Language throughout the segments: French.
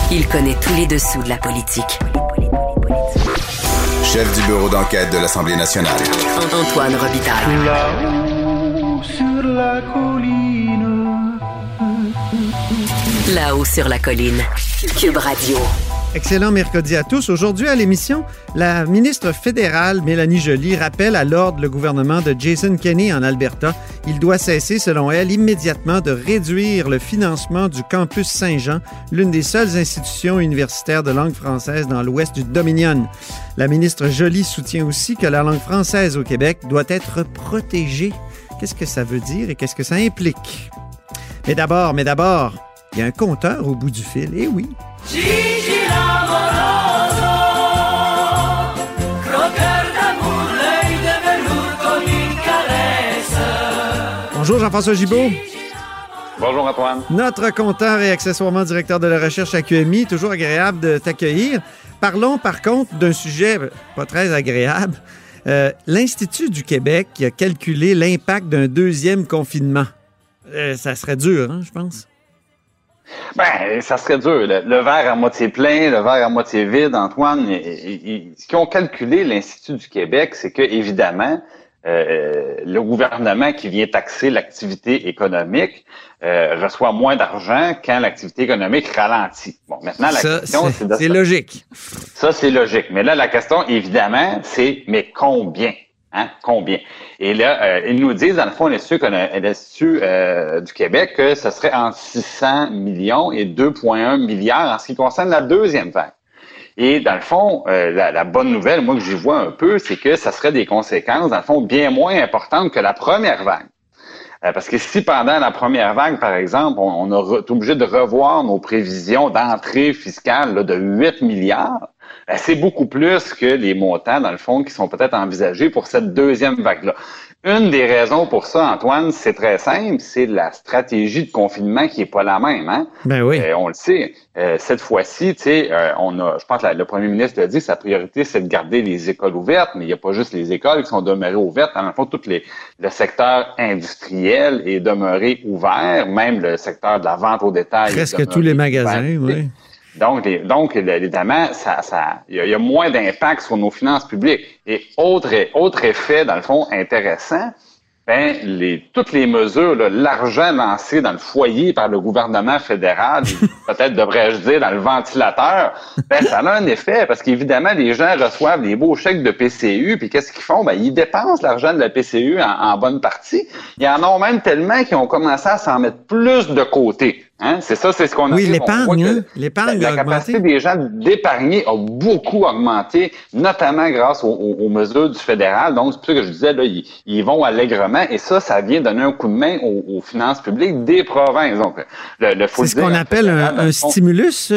Il connaît tous les dessous de la politique. Chef du bureau d'enquête de l'Assemblée nationale. Antoine Robitaille. Là-haut sur la colline. Là-haut sur la colline. Cube Radio. Excellent mercredi à tous. Aujourd'hui à l'émission, la ministre fédérale Mélanie Joly rappelle à l'ordre le gouvernement de Jason Kenney en Alberta. Il doit cesser, selon elle, immédiatement de réduire le financement du campus Saint-Jean, l'une des seules institutions universitaires de langue française dans l'ouest du Dominion. La ministre Joly soutient aussi que la langue française au Québec doit être protégée. Qu'est-ce que ça veut dire et qu'est-ce que ça implique? Mais d'abord, il y a un compteur au bout du fil. Eh oui! Bonjour Jean-François Gibault. Bonjour Antoine. Notre compteur et accessoirement directeur de la recherche à QMI. Toujours agréable de t'accueillir. Parlons par contre d'un sujet pas très agréable. L'Institut du Québec qui a calculé l'impact d'un deuxième confinement. Ça serait dur, hein, je pense. Ben, ça serait dur. Le verre à moitié plein, le verre à moitié vide, Antoine. Ce qu'ils ont calculé, l'Institut du Québec, c'est que, évidemment, le gouvernement qui vient taxer l'activité économique reçoit moins d'argent quand l'activité économique ralentit. Bon, maintenant, la question, c'est logique. Ça, c'est logique. Mais là, la question, évidemment, c'est mais combien? Hein? Combien? Et là, ils nous disent, dans le fond, l'Institut du Québec, que ce serait entre 600 millions et 2,1 milliards en ce qui concerne la deuxième vague. Et dans le fond, la bonne nouvelle, moi que j'y vois un peu, c'est que ça serait des conséquences, dans le fond, bien moins importantes que la première vague. Parce que si pendant la première vague, par exemple, on a été obligé de revoir nos prévisions d'entrée fiscale là, de 8 milliards, c'est beaucoup plus que les montants, dans le fond, qui sont peut-être envisagés pour cette deuxième vague-là. Une des raisons pour ça, Antoine, c'est très simple, c'est la stratégie de confinement qui est pas la même, hein? Ben oui. On le sait. Cette fois-ci, tu sais, je pense que le premier ministre l'a dit, sa priorité, c'est de garder les écoles ouvertes, mais il n'y a pas juste les écoles qui sont demeurées ouvertes. En fond, le secteur industriel est demeuré ouvert, même le secteur de la vente au détail. Presque tous les magasins, oui. Donc, évidemment, il y a moins d'impact sur nos finances publiques. Et autre effet, dans le fond, intéressant, toutes les mesures, là, l'argent lancé dans le foyer par le gouvernement fédéral, peut-être devrais-je dire dans le ventilateur, ça a un effet parce qu'évidemment, les gens reçoivent des beaux chèques de PCU, puis qu'est-ce qu'ils font? Ils dépensent l'argent de la PCU en bonne partie. Il y en a même tellement qui ont commencé à s'en mettre plus de côté. Hein? C'est ce qu'on a Oui, fait. l'épargne, l'épargne la capacité des gens d'épargner a beaucoup augmenté, notamment grâce aux mesures du fédéral. Donc, c'est pour ça que je disais, là, ils vont allègrement. Et ça vient donner un coup de main aux finances publiques des provinces. Donc, c'est ce qu'on appelle un stimulus.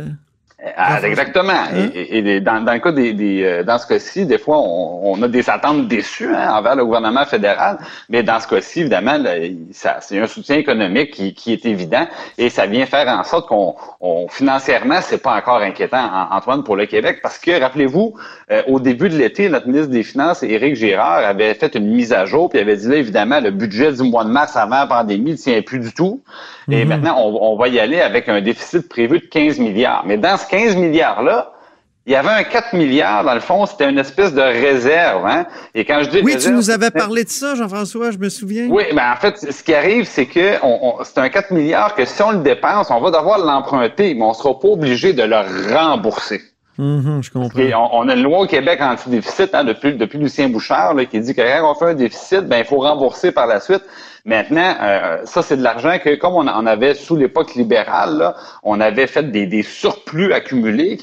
Exactement. Hein? Et dans le cas dans ce cas-ci, des fois, on a des attentes déçues envers le gouvernement fédéral, mais dans ce cas-ci, évidemment, c'est un soutien économique qui est évident et ça vient faire en sorte qu'on financièrement, c'est pas encore inquiétant, Antoine, pour le Québec, parce que, rappelez-vous, au début de l'été, notre ministre des Finances, Éric Girard, avait fait une mise à jour, puis avait dit là, évidemment, le budget du mois de mars avant la pandémie ne tient plus du tout. Et maintenant, on va y aller avec un déficit prévu de 15 milliards. Mais dans ce 15 milliards-là, il y avait un 4 milliards, dans le fond, c'était une espèce de réserve. Hein? Et quand je dis oui, réserve, tu nous avais parlé de ça, Jean-François, je me souviens. Oui, en fait, ce qui arrive, c'est que c'est un 4 milliards que si on le dépense, on va devoir l'emprunter, mais on ne sera pas obligé de le rembourser. Je comprends. On a une loi au Québec anti-déficit depuis Lucien Bouchard là, qui dit que quand on fait un déficit, il faut rembourser par la suite. Maintenant, ça, c'est de l'argent que, comme on avait sous l'époque libérale, là, on avait fait des surplus accumulés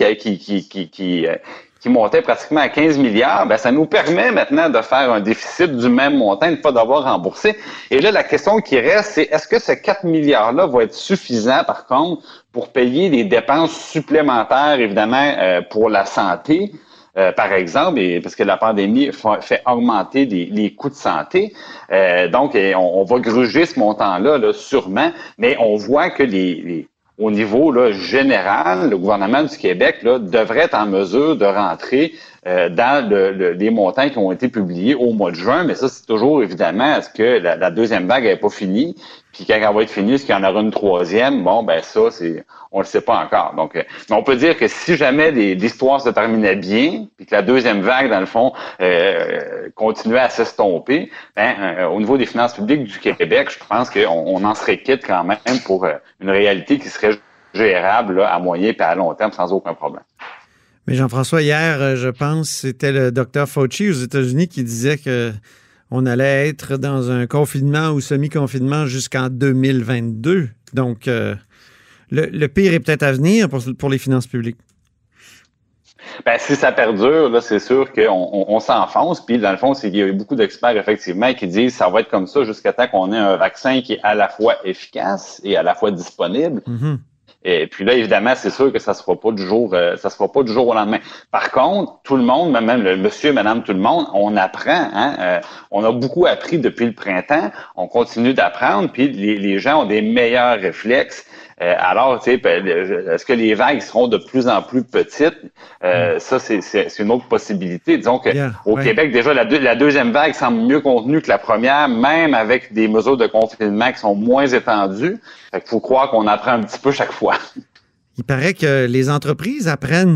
qui montait pratiquement à 15 milliards, ça nous permet maintenant de faire un déficit du même montant et de ne pas devoir rembourser. Et là, la question qui reste, c'est est-ce que ce 4 milliards-là va être suffisant, par contre, pour payer les dépenses supplémentaires, évidemment, pour la santé, par exemple, parce que la pandémie fait augmenter les coûts de santé. Donc, on va gruger ce montant-là, là, sûrement, mais on voit que au niveau là, général, le gouvernement du Québec là, devrait être en mesure de rentrer dans les montants qui ont été publiés au mois de juin, mais ça, c'est toujours évidemment, est-ce que la deuxième vague n'est pas finie? Puis quand elle va être finie, est-ce qu'il y en aura une troisième? Bon, ben ça, on le sait pas encore. Donc, mais on peut dire que si jamais l'histoire se terminait bien, puis que la deuxième vague, dans le fond, continuait à s'estomper, au niveau des finances publiques du Québec, je pense qu'on en serait quitte quand même pour une réalité qui serait gérable là, à moyen et à long terme sans aucun problème. Mais Jean-François, hier, je pense, c'était le Dr Fauci aux États-Unis qui disait que on allait être dans un confinement ou semi-confinement jusqu'en 2022. Donc, le pire est peut-être à venir pour les finances publiques. Ben, si ça perdure, là, c'est sûr qu'on s'enfonce. Puis, dans le fond, il y a eu beaucoup d'experts, effectivement, qui disent que ça va être comme ça jusqu'à temps qu'on ait un vaccin qui est à la fois efficace et à la fois disponible. Mm-hmm. Et puis là, évidemment, c'est sûr que ça se fera pas du jour au lendemain. Par contre, tout le monde, même le monsieur, madame, tout le monde, on apprend. On a beaucoup appris depuis le printemps. On continue d'apprendre. Puis les gens ont des meilleurs réflexes. Alors, tu sais, est-ce que les vagues seront de plus en plus petites? Ça, c'est une autre possibilité. Disons que au Québec, déjà, la deuxième vague semble mieux contenue que la première, même avec des mesures de confinement qui sont moins étendues. Fait qu'il faut croire qu'on apprend un petit peu chaque fois. Il paraît que les entreprises apprennent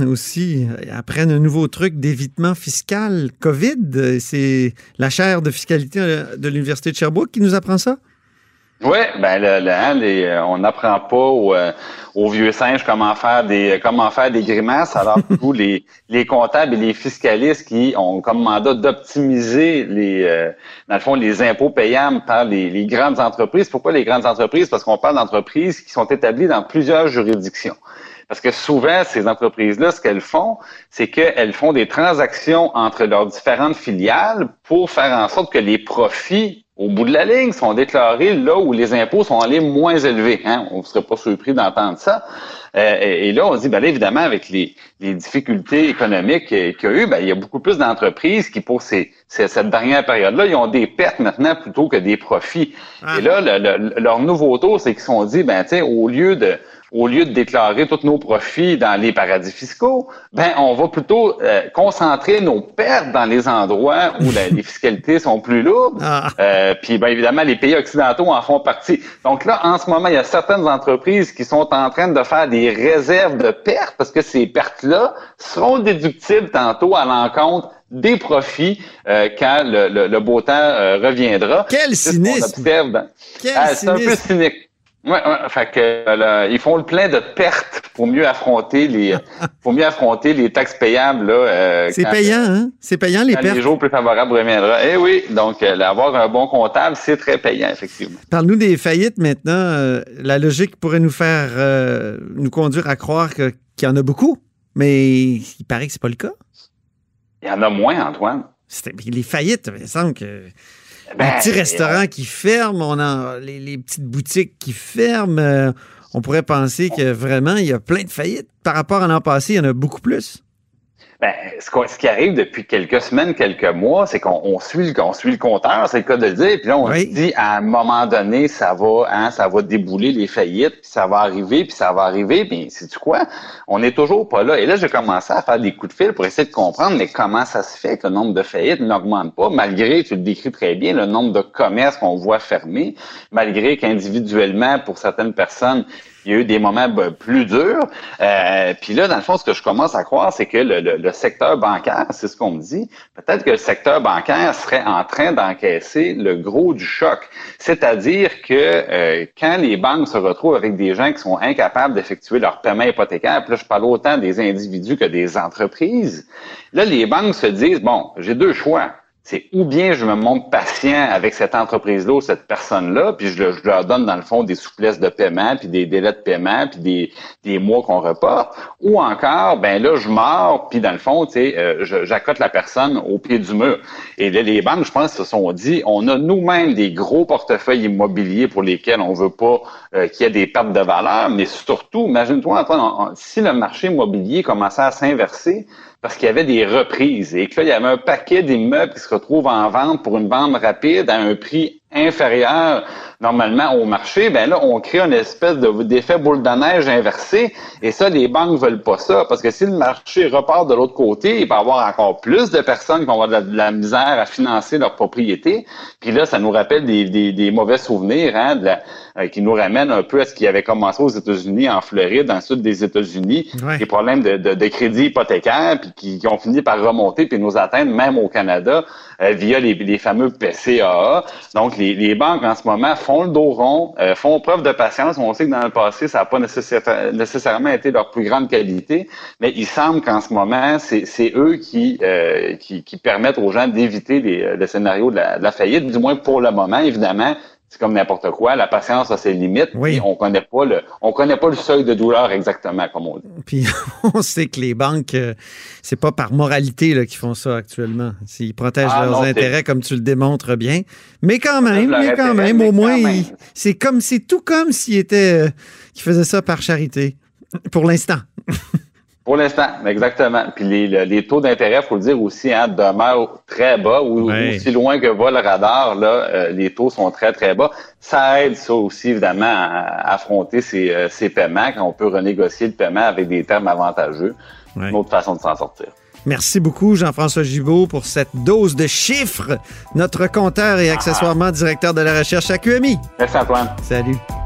un nouveau truc d'évitement fiscal COVID. C'est la chaire de fiscalité de l'Université de Sherbrooke qui nous apprend ça? Oui, ben on n'apprend pas aux vieux singes comment faire des grimaces, alors que tous les comptables et les fiscalistes qui ont comme mandat d'optimiser dans le fond les impôts payables par les grandes entreprises. Pourquoi les grandes entreprises? Parce qu'on parle d'entreprises qui sont établies dans plusieurs juridictions. Parce que souvent, ces entreprises-là, ce qu'elles font, c'est qu'elles font des transactions entre leurs différentes filiales pour faire en sorte que les profits au bout de la ligne, sont déclarés là où les impôts sont allés moins élevés. On ne serait pas surpris d'entendre ça. Et là, on se dit, ben là, évidemment, avec les difficultés économiques qu'il y a eu, ben il y a beaucoup plus d'entreprises qui, pour cette dernière période-là, ils ont des pertes maintenant plutôt que des profits. Et là, leur nouveau tour, c'est qu'ils se sont dit, ben tu sais, au lieu de déclarer tous nos profits dans les paradis fiscaux, ben on va plutôt concentrer nos pertes dans les endroits où les fiscalités sont plus lourdes. Puis ben évidemment, les pays occidentaux en font partie. Donc là, en ce moment, il y a certaines entreprises qui sont en train de faire des réserves de pertes parce que ces pertes-là seront déductibles tantôt à l'encontre des profits quand le beau temps reviendra. Quel cynisme! C'est un peu cynique. Ouais, fait que ils font le plein de pertes pour mieux affronter les taxes payables là. C'est payant, hein? C'est payant les pertes. Les jours plus favorables reviendra. Eh oui, donc avoir un bon comptable, c'est très payant effectivement. Parle-nous des faillites maintenant. La logique pourrait nous conduire à croire qu'il y en a beaucoup, mais il paraît que c'est pas le cas. Il y en a moins, Antoine. Les faillites, il me semble que les petits restaurants qui ferment, les petites boutiques qui ferment. On pourrait penser que vraiment, il y a plein de faillites. Par rapport à l'an passé, il y en a beaucoup plus. Ben, ce qui arrive depuis quelques semaines, quelques mois, c'est qu'on suit le compteur, c'est le cas de le dire, puis là, on se dit, à un moment donné, ça va débouler les faillites, puis ça va arriver, puis sais-tu quoi? On n'est toujours pas là. Et là, j'ai commencé à faire des coups de fil pour essayer de comprendre, mais comment ça se fait que le nombre de faillites n'augmente pas, malgré, tu le décris très bien, le nombre de commerces qu'on voit fermés, malgré qu'individuellement, pour certaines personnes, il y a eu des moments plus durs. Puis là, dans le fond, ce que je commence à croire, c'est que le secteur bancaire, c'est ce qu'on me dit, peut-être que le secteur bancaire serait en train d'encaisser le gros du choc. C'est-à-dire que quand les banques se retrouvent avec des gens qui sont incapables d'effectuer leur paiement hypothécaire, puis là, je parle autant des individus que des entreprises, là, les banques se disent, bon, j'ai deux choix. C'est ou bien je me montre patient avec cette entreprise-là ou cette personne-là, puis je leur donne dans le fond des souplesses de paiement, puis des délais de paiement, puis des mois qu'on reporte, ou encore, ben là, je mords, puis dans le fond, tu sais, j'accote la personne au pied du mur. Et là, les banques, je pense, se sont dit, on a nous-mêmes des gros portefeuilles immobiliers pour lesquels on veut pas qu'il y ait des pertes de valeur, mais surtout, imagine-toi, Antoine, si le marché immobilier commençait à s'inverser, parce qu'il y avait des reprises et que là, il y avait un paquet d'immeubles qui se retrouvent en vente pour une vente rapide à un prix inférieur normalement au marché, ben là, on crée une espèce d'effet boule de neige inversé. Et ça, les banques veulent pas ça. Parce que si le marché repart de l'autre côté, il va y avoir encore plus de personnes qui vont avoir de la misère à financer leur propriété. Puis là, ça nous rappelle des mauvais souvenirs, hein, qui nous ramènent un peu à ce qui avait commencé aux États-Unis, en Floride, dans le sud des États-Unis, des problèmes de crédit hypothécaire, puis qui ont fini par remonter puis nous atteindre même au Canada via les fameux PCAA. Donc, les banques en ce moment font le dos rond, font preuve de patience. On sait que dans le passé, ça n'a pas nécessairement été leur plus grande qualité, mais il semble qu'en ce moment, c'est eux qui permettent aux gens d'éviter le scénario de la faillite, du moins pour le moment, évidemment. C'est comme n'importe quoi. La patience a ses limites. Oui. On connaît pas le seuil de douleur exactement, comme on dit. Puis on sait que les banques, c'est pas par moralité là, qu'ils font ça actuellement. Ils protègent leurs intérêts comme tu le démontres bien. Mais quand même, au moins, c'est tout comme s'ils faisaient ça par charité. Pour l'instant. Pour l'instant, exactement. Puis les taux d'intérêt, faut le dire aussi, hein, demeurent très bas, ou aussi loin que va le radar, là, les taux sont très, très bas. Ça aide ça aussi, évidemment, à affronter ces paiements, quand on peut renégocier le paiement avec des termes avantageux. Ouais. Une autre façon de s'en sortir. Merci beaucoup, Jean-François Gibault, pour cette dose de chiffres. Notre compteur et accessoirement directeur de la recherche à QMI. Merci, Antoine. Salut.